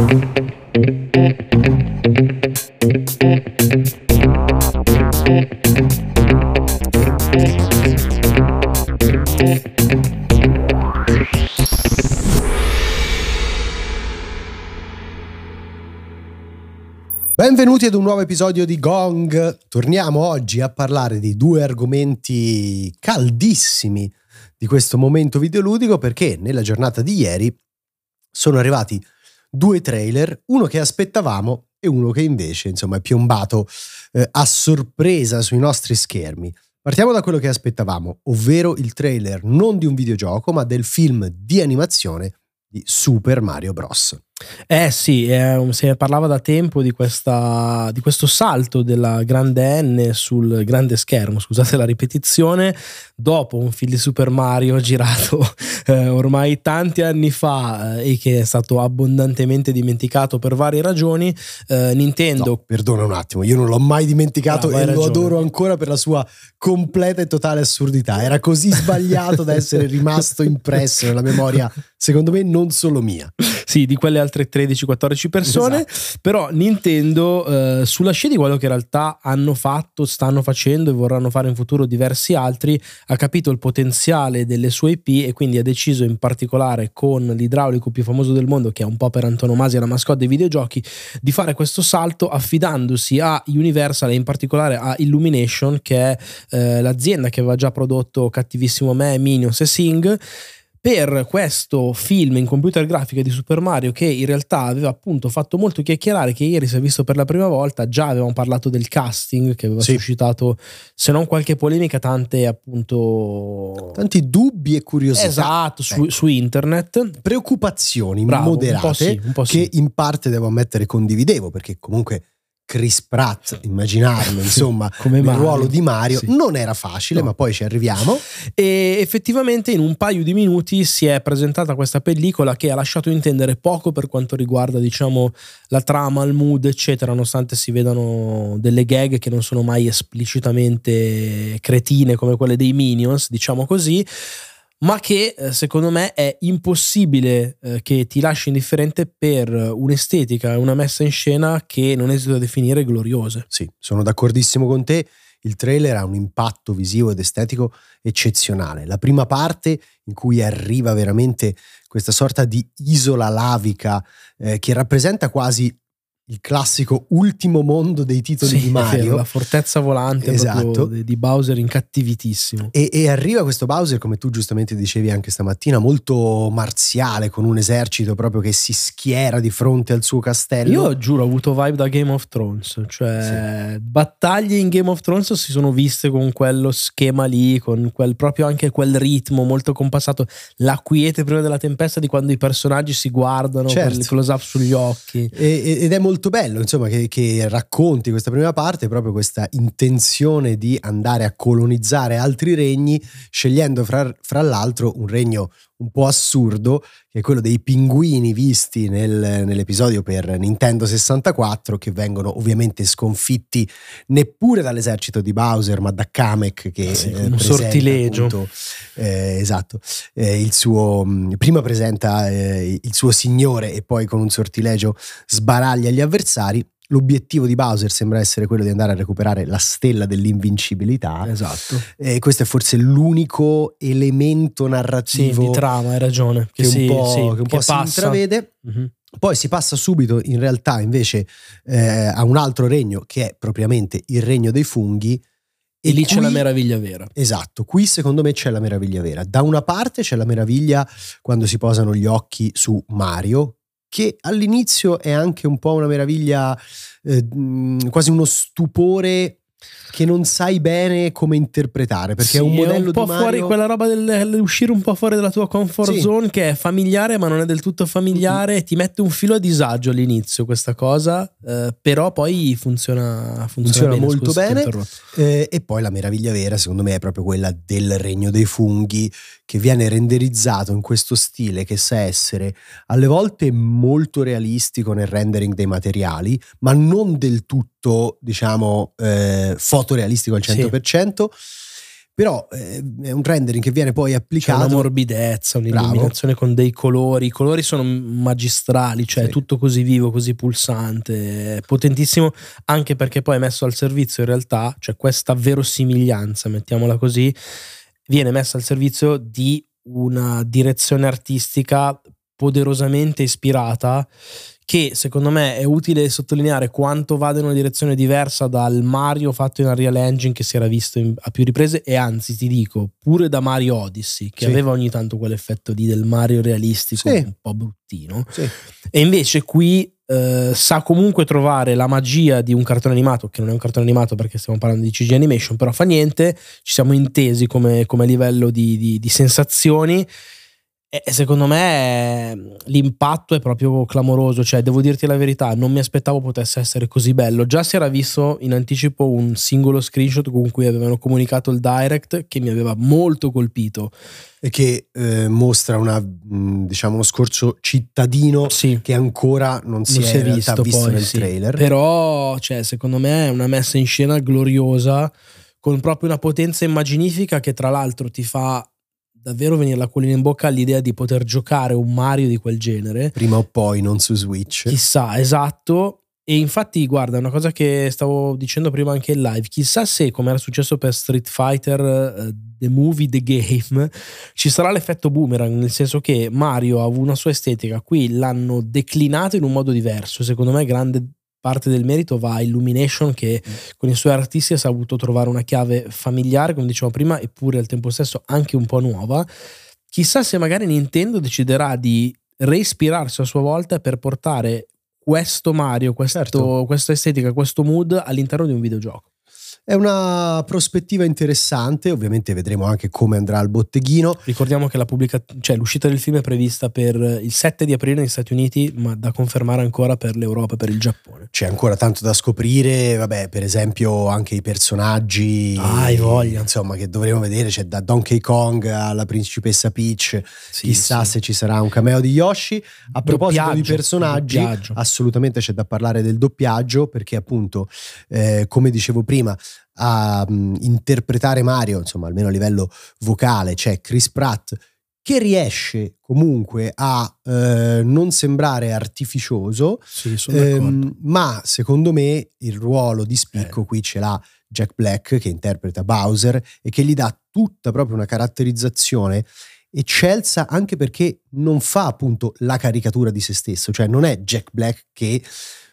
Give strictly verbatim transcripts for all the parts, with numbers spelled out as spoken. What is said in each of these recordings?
Benvenuti ad un nuovo episodio di Gong. Torniamo oggi a parlare di due argomenti caldissimi di questo momento videoludico, perché nella giornata di ieri sono arrivati due trailer, uno che aspettavamo e uno che invece insomma è piombato eh, a sorpresa sui nostri schermi. Partiamo da quello che aspettavamo, ovvero il trailer non di un videogioco ma del film di animazione di Super Mario Bros. Eh sì, eh, se ne parlava da tempo di, questa, di questo salto della grande N sul grande schermo, scusate la ripetizione, dopo un film di Super Mario girato eh, ormai tanti anni fa eh, e che è stato abbondantemente dimenticato per varie ragioni. eh, Nintendo... No, perdona un attimo, io non l'ho mai dimenticato Bravo, e hai lo ragione. adoro ancora per la sua completa e totale assurdità. Era così sbagliato da essere rimasto impresso nella memoria, secondo me non solo mia. Sì, di quelle altre tredici quattordici persone. Esatto. Però Nintendo eh, sulla scia di quello che in realtà hanno fatto, stanno facendo e vorranno fare in futuro diversi altri, ha capito il potenziale delle sue I P e quindi ha deciso, in particolare con l'idraulico più famoso del mondo, che è un po' per antonomasia la mascotte dei videogiochi, di fare questo salto affidandosi a Universal e in particolare a Illumination, che è eh, l'azienda che aveva già prodotto Cattivissimo Me, Minions e Sing, per questo film in computer grafica di Super Mario, che in realtà aveva appunto fatto molto chiacchierare, che ieri si è visto per la prima volta. Già avevamo parlato del casting, che aveva sì. suscitato, se non qualche polemica, tante appunto tanti dubbi e curiosità, esatto, su, su internet, preoccupazioni Bravo, moderate, un po' sì, un po' sì. che in parte devo ammettere condividevo, perché comunque Chris Pratt, immaginarlo insomma come nel Mario. ruolo di Mario sì. non era facile, no. ma poi ci arriviamo. E effettivamente in un paio di minuti si è presentata questa pellicola che ha lasciato intendere poco per quanto riguarda, diciamo, la trama, il mood eccetera, nonostante si vedano delle gag che non sono mai esplicitamente cretine come quelle dei Minions, diciamo così, ma che secondo me è impossibile eh, che ti lasci indifferente per un'estetica e una messa in scena che non esito a definire gloriose. Sì, sono d'accordissimo con te. Il trailer ha un impatto visivo ed estetico eccezionale. La prima parte, in cui arriva veramente questa sorta di isola lavica eh, che rappresenta quasi il classico ultimo mondo dei titoli sì, di Mario, vero, la fortezza volante esatto. di Bowser incattivitissimo. E, e arriva questo Bowser, come tu giustamente dicevi anche stamattina, molto marziale, con un esercito proprio che si schiera di fronte al suo castello. Io giuro, ho avuto vibe da Game of Thrones, cioè sì. battaglie in Game of Thrones si sono viste con quello schema lì, con quel proprio anche quel ritmo molto compassato, la quiete prima della tempesta di quando i personaggi si guardano, certo. con il close up sugli occhi. E, ed è molto bello insomma che, che racconti questa prima parte proprio questa intenzione di andare a colonizzare altri regni, scegliendo fra, fra l'altro un regno un po' assurdo, che è quello dei pinguini visti nel, nell'episodio per Nintendo sessantaquattro, che vengono ovviamente sconfitti neppure dall'esercito di Bowser ma da Kamek, che sì, eh, un sortilegio appunto, eh, esatto eh, il suo prima presenta eh, il suo signore e poi con un sortilegio sbaraglia gli avversari. L'obiettivo di Bowser sembra essere quello di andare a recuperare la stella dell'invincibilità. Esatto. E questo è forse l'unico elemento narrativo sì, di trama, hai ragione, che, che un sì, po', sì, che un che po' si passa. intravede. Mm-hmm. Poi si passa subito in realtà invece eh, a un altro regno, che è propriamente il regno dei funghi. E, e lì qui, c'è la meraviglia vera. Esatto, qui secondo me c'è la meraviglia vera. Da una parte c'è la meraviglia quando si posano gli occhi su Mario, che all'inizio è anche un po' una meraviglia, eh, quasi uno stupore che non sai bene come interpretare, perché sì, è un modello è un po' di Mario... fuori quella roba dell'uscire un po' fuori dalla tua comfort sì. zone, che è familiare ma non è del tutto familiare, mm-hmm. ti mette un filo a disagio all'inizio questa cosa, eh, però poi funziona funziona, funziona bene, molto scusa, bene eh, e poi la meraviglia vera secondo me è proprio quella del regno dei funghi, che viene renderizzato in questo stile che sa essere alle volte molto realistico nel rendering dei materiali, ma non del tutto, diciamo, eh, fotorealistico al cento per cento, sì. però eh, è un rendering che viene poi applicato. C'è una morbidezza, un'illuminazione con dei colori, i colori sono magistrali, cioè sì. tutto così vivo, così pulsante, potentissimo, anche perché poi è messo al servizio in realtà, cioè questa verosimiglianza, mettiamola così, viene messa al servizio di una direzione artistica poderosamente ispirata, che secondo me è utile sottolineare quanto vada in una direzione diversa dal Mario fatto in Unreal Engine che si era visto in, a più riprese, e anzi ti dico pure da Mario Odyssey, che sì. aveva ogni tanto quell'effetto di del Mario realistico, sì, un po' bruttino, sì. E invece qui eh, sa comunque trovare la magia di un cartone animato, che non è un cartone animato perché stiamo parlando di C G animation, però fa niente, ci siamo intesi come, come livello di, di, di sensazioni. E secondo me l'impatto è proprio clamoroso, cioè devo dirti la verità, non mi aspettavo potesse essere così bello. Già si era visto in anticipo un singolo screenshot con cui avevano comunicato il direct che mi aveva molto colpito e che eh, mostra una, diciamo, uno scorcio cittadino, sì, che ancora non si, non è, si è visto, visto poi, nel sì. trailer. Però cioè, secondo me è una messa in scena gloriosa, con proprio una potenza immaginifica che tra l'altro ti fa davvero venire l'acquolina in bocca all'idea di poter giocare un Mario di quel genere prima o poi, non su Switch, chissà, esatto. E infatti guarda, una cosa che stavo dicendo prima anche in live, chissà se, come era successo per Street Fighter uh, The Movie The Game, ci sarà l'effetto boomerang, nel senso che Mario ha una sua estetica, qui l'hanno declinato in un modo diverso. Secondo me grande parte del merito va a Illumination, che mm. con i suoi artisti ha saputo trovare una chiave familiare, come dicevo prima, eppure al tempo stesso anche un po' nuova. Chissà se magari Nintendo deciderà di reispirarsi a sua volta per portare questo Mario, questo, certo. questa estetica, questo mood all'interno di un videogioco. È una prospettiva interessante, ovviamente vedremo anche come andrà al botteghino. Ricordiamo che la pubblica- cioè, l'uscita del film è prevista per il sette di aprile negli Stati Uniti, ma da confermare ancora per l'Europa e per il Giappone. C'è ancora tanto da scoprire, vabbè, per esempio anche i personaggi, ah, hai voglia. insomma, che dovremo vedere. C'è da Donkey Kong alla principessa Peach, sì, chissà sì. se ci sarà un cameo di Yoshi. A proposito doppiaggio, di personaggi, assolutamente c'è da parlare del doppiaggio, perché appunto eh, come dicevo prima, a um, interpretare Mario, insomma almeno a livello vocale, c'è Chris Pratt, che riesce comunque a eh, non sembrare artificioso, sì, sono ehm, ma secondo me il ruolo di spicco eh. qui ce l'ha Jack Black, che interpreta Bowser e che gli dà tutta proprio una caratterizzazione eccelsa, anche perché non fa appunto la caricatura di se stesso, cioè non è Jack Black che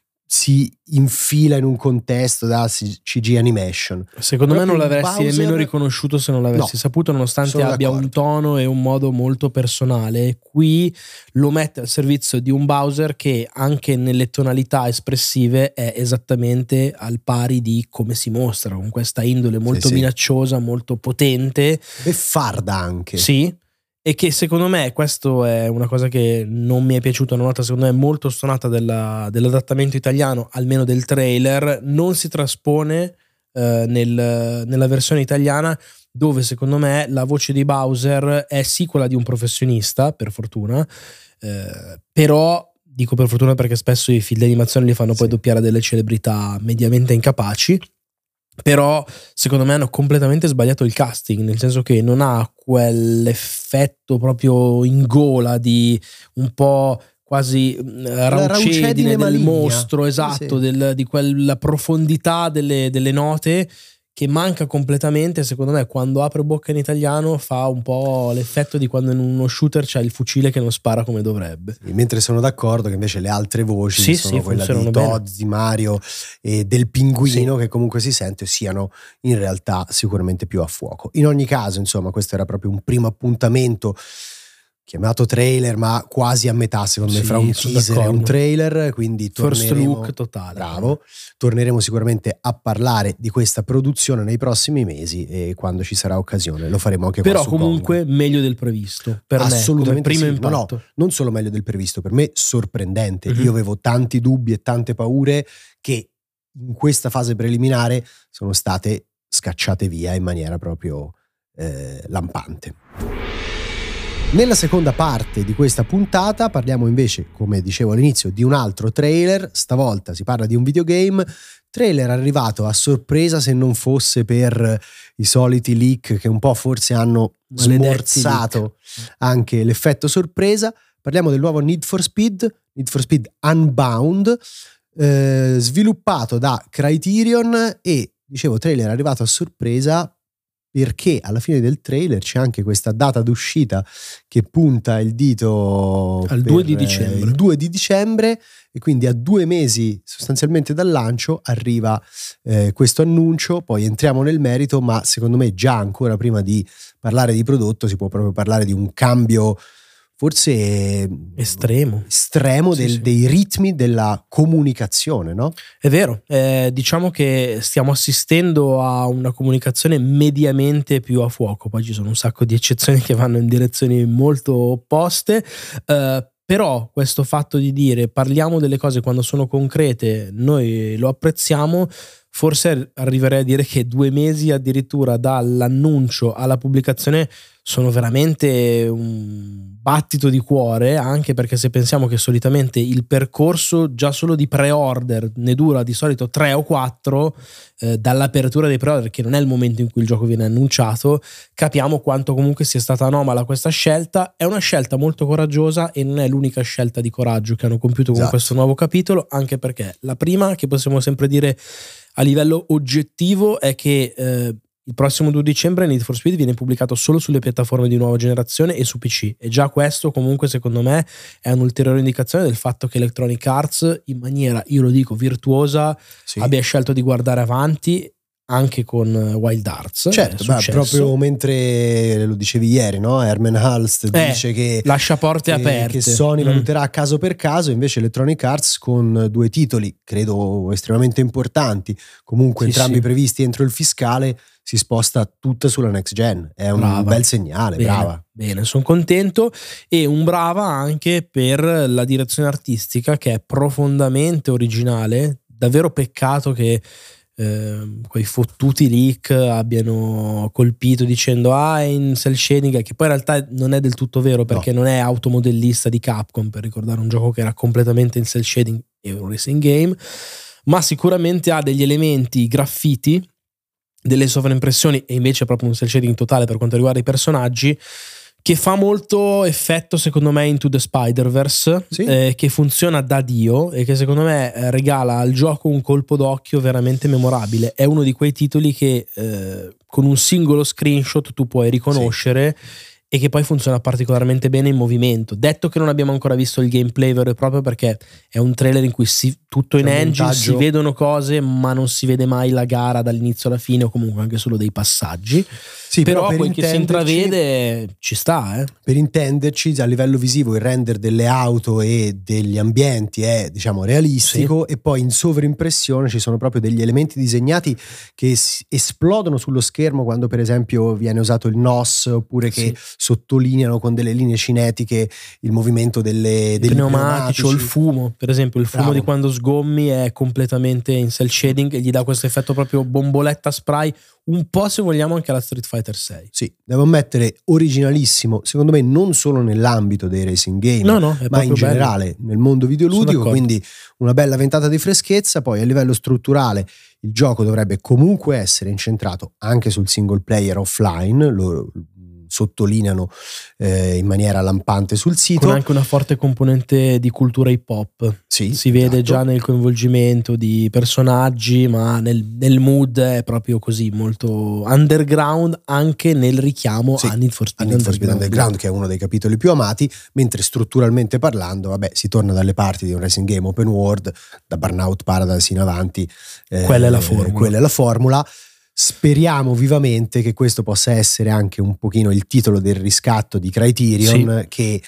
si infila in un contesto da C G animation. Secondo proprio me non l'avresti Bowser... nemmeno riconosciuto se non l'avessi no, saputo, nonostante abbia d'accordo. un tono e un modo molto personale. Qui lo mette al servizio di un Bowser che anche nelle tonalità espressive è esattamente al pari di come si mostra, con questa indole molto sì, minacciosa, sì. molto potente, beffarda anche. Sì. E che secondo me, questo è una cosa che non mi è piaciuta una volta, secondo me è molto stonata della, dell'adattamento italiano, almeno del trailer, non si traspone eh, nel, nella versione italiana, dove secondo me la voce di Bowser è sì quella di un professionista, per fortuna, eh, però dico per fortuna perché spesso i film di animazione li fanno sì. poi doppiare delle celebrità mediamente incapaci. Però secondo me hanno completamente sbagliato il casting, nel senso che non ha quell'effetto proprio in gola di un po' quasi raucedine del maligna. mostro, esatto, sì, sì. Del, di quella profondità delle, delle note che manca completamente. Secondo me quando apre bocca in italiano fa un po' l'effetto di quando in uno shooter c'è il fucile che non spara come dovrebbe. Sì, mentre sono d'accordo che invece le altre voci sì, sono sì, quella di Todd, di Mario e del pinguino sì. che comunque si sente, siano in realtà sicuramente più a fuoco. In ogni caso, insomma, questo era proprio un primo appuntamento chiamato trailer, ma quasi a metà secondo sì, me fra un teaser d'accordo. e un trailer, quindi torneremo, first look totale. Bravo, torneremo sicuramente a parlare di questa produzione nei prossimi mesi e quando ci sarà occasione lo faremo anche Però qua su comunque Gong. Meglio del previsto per assolutamente me, come primo sì. impatto. No, no, non solo meglio del previsto, per me sorprendente. Mm-hmm. Io avevo tanti dubbi e tante paure che in questa fase preliminare sono state scacciate via in maniera proprio eh, lampante. Nella seconda parte di questa puntata parliamo invece, come dicevo all'inizio, di un altro trailer. Stavolta si parla di un videogame, trailer arrivato a sorpresa, se non fosse per i soliti leak che un po' forse hanno Maledetti smorzato leak. Anche l'effetto sorpresa. Parliamo del nuovo Need for Speed, Need for Speed Unbound, eh, sviluppato da Criterion, e dicevo trailer arrivato a sorpresa perché alla fine del trailer c'è anche questa data d'uscita che punta il dito al per, due di dicembre. il due di dicembre, e quindi a due mesi sostanzialmente dal lancio arriva eh, questo annuncio. Poi entriamo nel merito, ma secondo me già ancora prima di parlare di prodotto si può proprio parlare di un cambio forse estremo, estremo sì, del, sì. dei ritmi della comunicazione, no? È vero, eh, diciamo che stiamo assistendo a una comunicazione mediamente più a fuoco. Poi ci sono un sacco di eccezioni che vanno in direzioni molto opposte, eh, però questo fatto di dire parliamo delle cose quando sono concrete noi lo apprezziamo. Forse arriverei a dire che due mesi addirittura dall'annuncio alla pubblicazione sono veramente un battito di cuore, anche perché se pensiamo che solitamente il percorso già solo di pre-order ne dura di solito tre o quattro, eh, dall'apertura dei pre-order, che non è il momento in cui il gioco viene annunciato, capiamo quanto comunque sia stata anomala questa scelta. È una scelta molto coraggiosa e non è l'unica scelta di coraggio che hanno compiuto con Esatto. questo nuovo capitolo, anche perché la prima, che possiamo sempre dire a livello oggettivo, è che eh, il prossimo due dicembre Need for Speed viene pubblicato solo sulle piattaforme di nuova generazione e su P C, e già questo comunque secondo me è un'ulteriore indicazione del fatto che Electronic Arts, in maniera, io lo dico, virtuosa, Sì. abbia scelto di guardare avanti anche con Wild Arts. Certo, beh, proprio mentre lo dicevi ieri, no? Herman Hulst eh, dice che lascia porte che, aperte, che Sony mm. valuterà caso per caso. Invece Electronic Arts, con due titoli credo estremamente importanti, comunque sì, entrambi sì. previsti entro il fiscale, si sposta tutta sulla next gen. È un brava. bel segnale. Bene, brava bene, sono contento, e un brava anche per la direzione artistica, che è profondamente originale. Davvero peccato che Eh, quei fottuti leak abbiano colpito dicendo ah è in cel shading, che poi in realtà non è del tutto vero, perché no. Non è automodellista di Capcom, per ricordare un gioco che era completamente in cel shading e un racing game, ma sicuramente ha degli elementi graffiti, delle sovraimpressioni, e invece proprio un cel shading totale per quanto riguarda i personaggi, che fa molto effetto secondo me Into the Spider-Verse, sì. eh, che funziona da Dio e che secondo me eh, regala al gioco un colpo d'occhio veramente memorabile. È uno di quei titoli che eh, con un singolo screenshot tu puoi riconoscere, sì. E che poi funziona particolarmente bene in movimento. Detto che non abbiamo ancora visto il gameplay vero e proprio, perché è un trailer in cui si, tutto in engine, montaggio. Si vedono cose ma non si vede mai la gara dall'inizio alla fine, o comunque anche solo dei passaggi. Sì, però, però per quel che si intravede ci sta, eh. Per intenderci, a livello visivo il render delle auto e degli ambienti è, diciamo, realistico, sì. E poi in sovrimpressione ci sono proprio degli elementi disegnati che esplodono sullo schermo quando per esempio viene usato il N O S, oppure che sì. sottolineano con delle linee cinetiche il movimento delle, degli pneumatici, o il fumo, per esempio il fumo Bravo. Di quando sgommi è completamente in cel shading e gli dà questo effetto proprio bomboletta spray, un po' se vogliamo anche alla Street Fighter sei. Sì, devo ammettere, originalissimo, secondo me non solo nell'ambito dei racing game, no, no, ma in generale bello. Nel mondo videoludico, quindi una bella ventata di freschezza. Poi a livello strutturale il gioco dovrebbe comunque essere incentrato anche sul single player offline, lo sottolineano eh, in maniera lampante sul sito, con anche una forte componente di cultura hip hop. Sì, si vede esatto. già nel coinvolgimento di personaggi, ma nel, nel mood è proprio così molto underground, anche nel richiamo sì, a Need for Speed, Need for Speed Underground, che è uno dei capitoli più amati. Mentre strutturalmente parlando, vabbè, si torna dalle parti di un racing game open world, da Burnout Paradise in avanti. Eh, quella è la formula. Quella è la formula. Speriamo vivamente che questo possa essere anche un pochino il titolo del riscatto di Criterion, sì. Che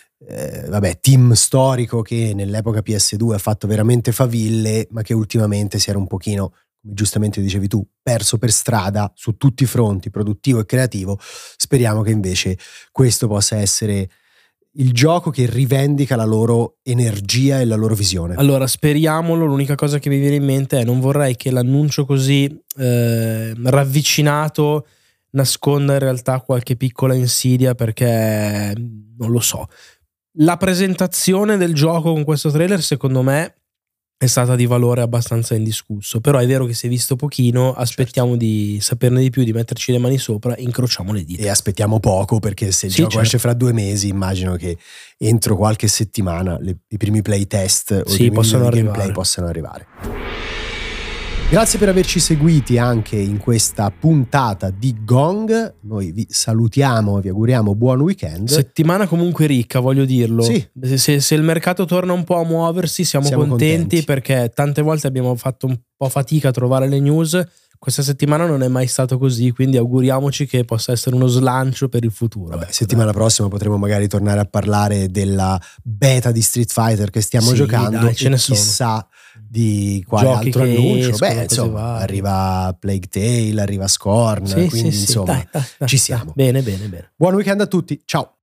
eh, vabbè, team storico che nell'epoca P S due ha fatto veramente faville, ma che ultimamente si era un pochino, come giustamente dicevi tu, perso per strada su tutti i fronti, produttivo e creativo. Speriamo che invece questo possa essere il gioco che rivendica la loro energia e la loro visione. Allora, speriamolo. L'unica cosa che mi viene in mente è: non vorrei che l'annuncio così eh, ravvicinato nasconda in realtà qualche piccola insidia, perché non lo so. La presentazione del gioco con questo trailer secondo me è stata di valore abbastanza indiscusso, però è vero che si è visto pochino, aspettiamo certo. di saperne di più, di metterci le mani sopra e incrociamo le dita. E aspettiamo poco, perché se il sì, gioco certo. esce fra due mesi, immagino che entro qualche settimana le, i primi playtest o sì, i primi possono gameplay possano arrivare. Grazie per averci seguiti anche in questa puntata di Gong. Noi vi salutiamo e vi auguriamo buon weekend. Settimana comunque ricca, voglio dirlo. Sì. Se, se il mercato torna un po' a muoversi, siamo, siamo contenti, contenti, perché tante volte abbiamo fatto un po' fatica a trovare le news. Questa settimana non è mai stato così, quindi auguriamoci che possa essere uno slancio per il futuro. Vabbè, settimana prossima potremo magari tornare a parlare della beta di Street Fighter che stiamo sì, giocando, dai, ce e ne chissà di quale Giochi altro che annuncio. escono, Beh, insomma, varie. arriva Plague Tale, arriva Scorn, sì, quindi sì, insomma sì. Dai, dai, dai, ci siamo. Dai. Bene, bene, bene. Buon weekend a tutti, ciao.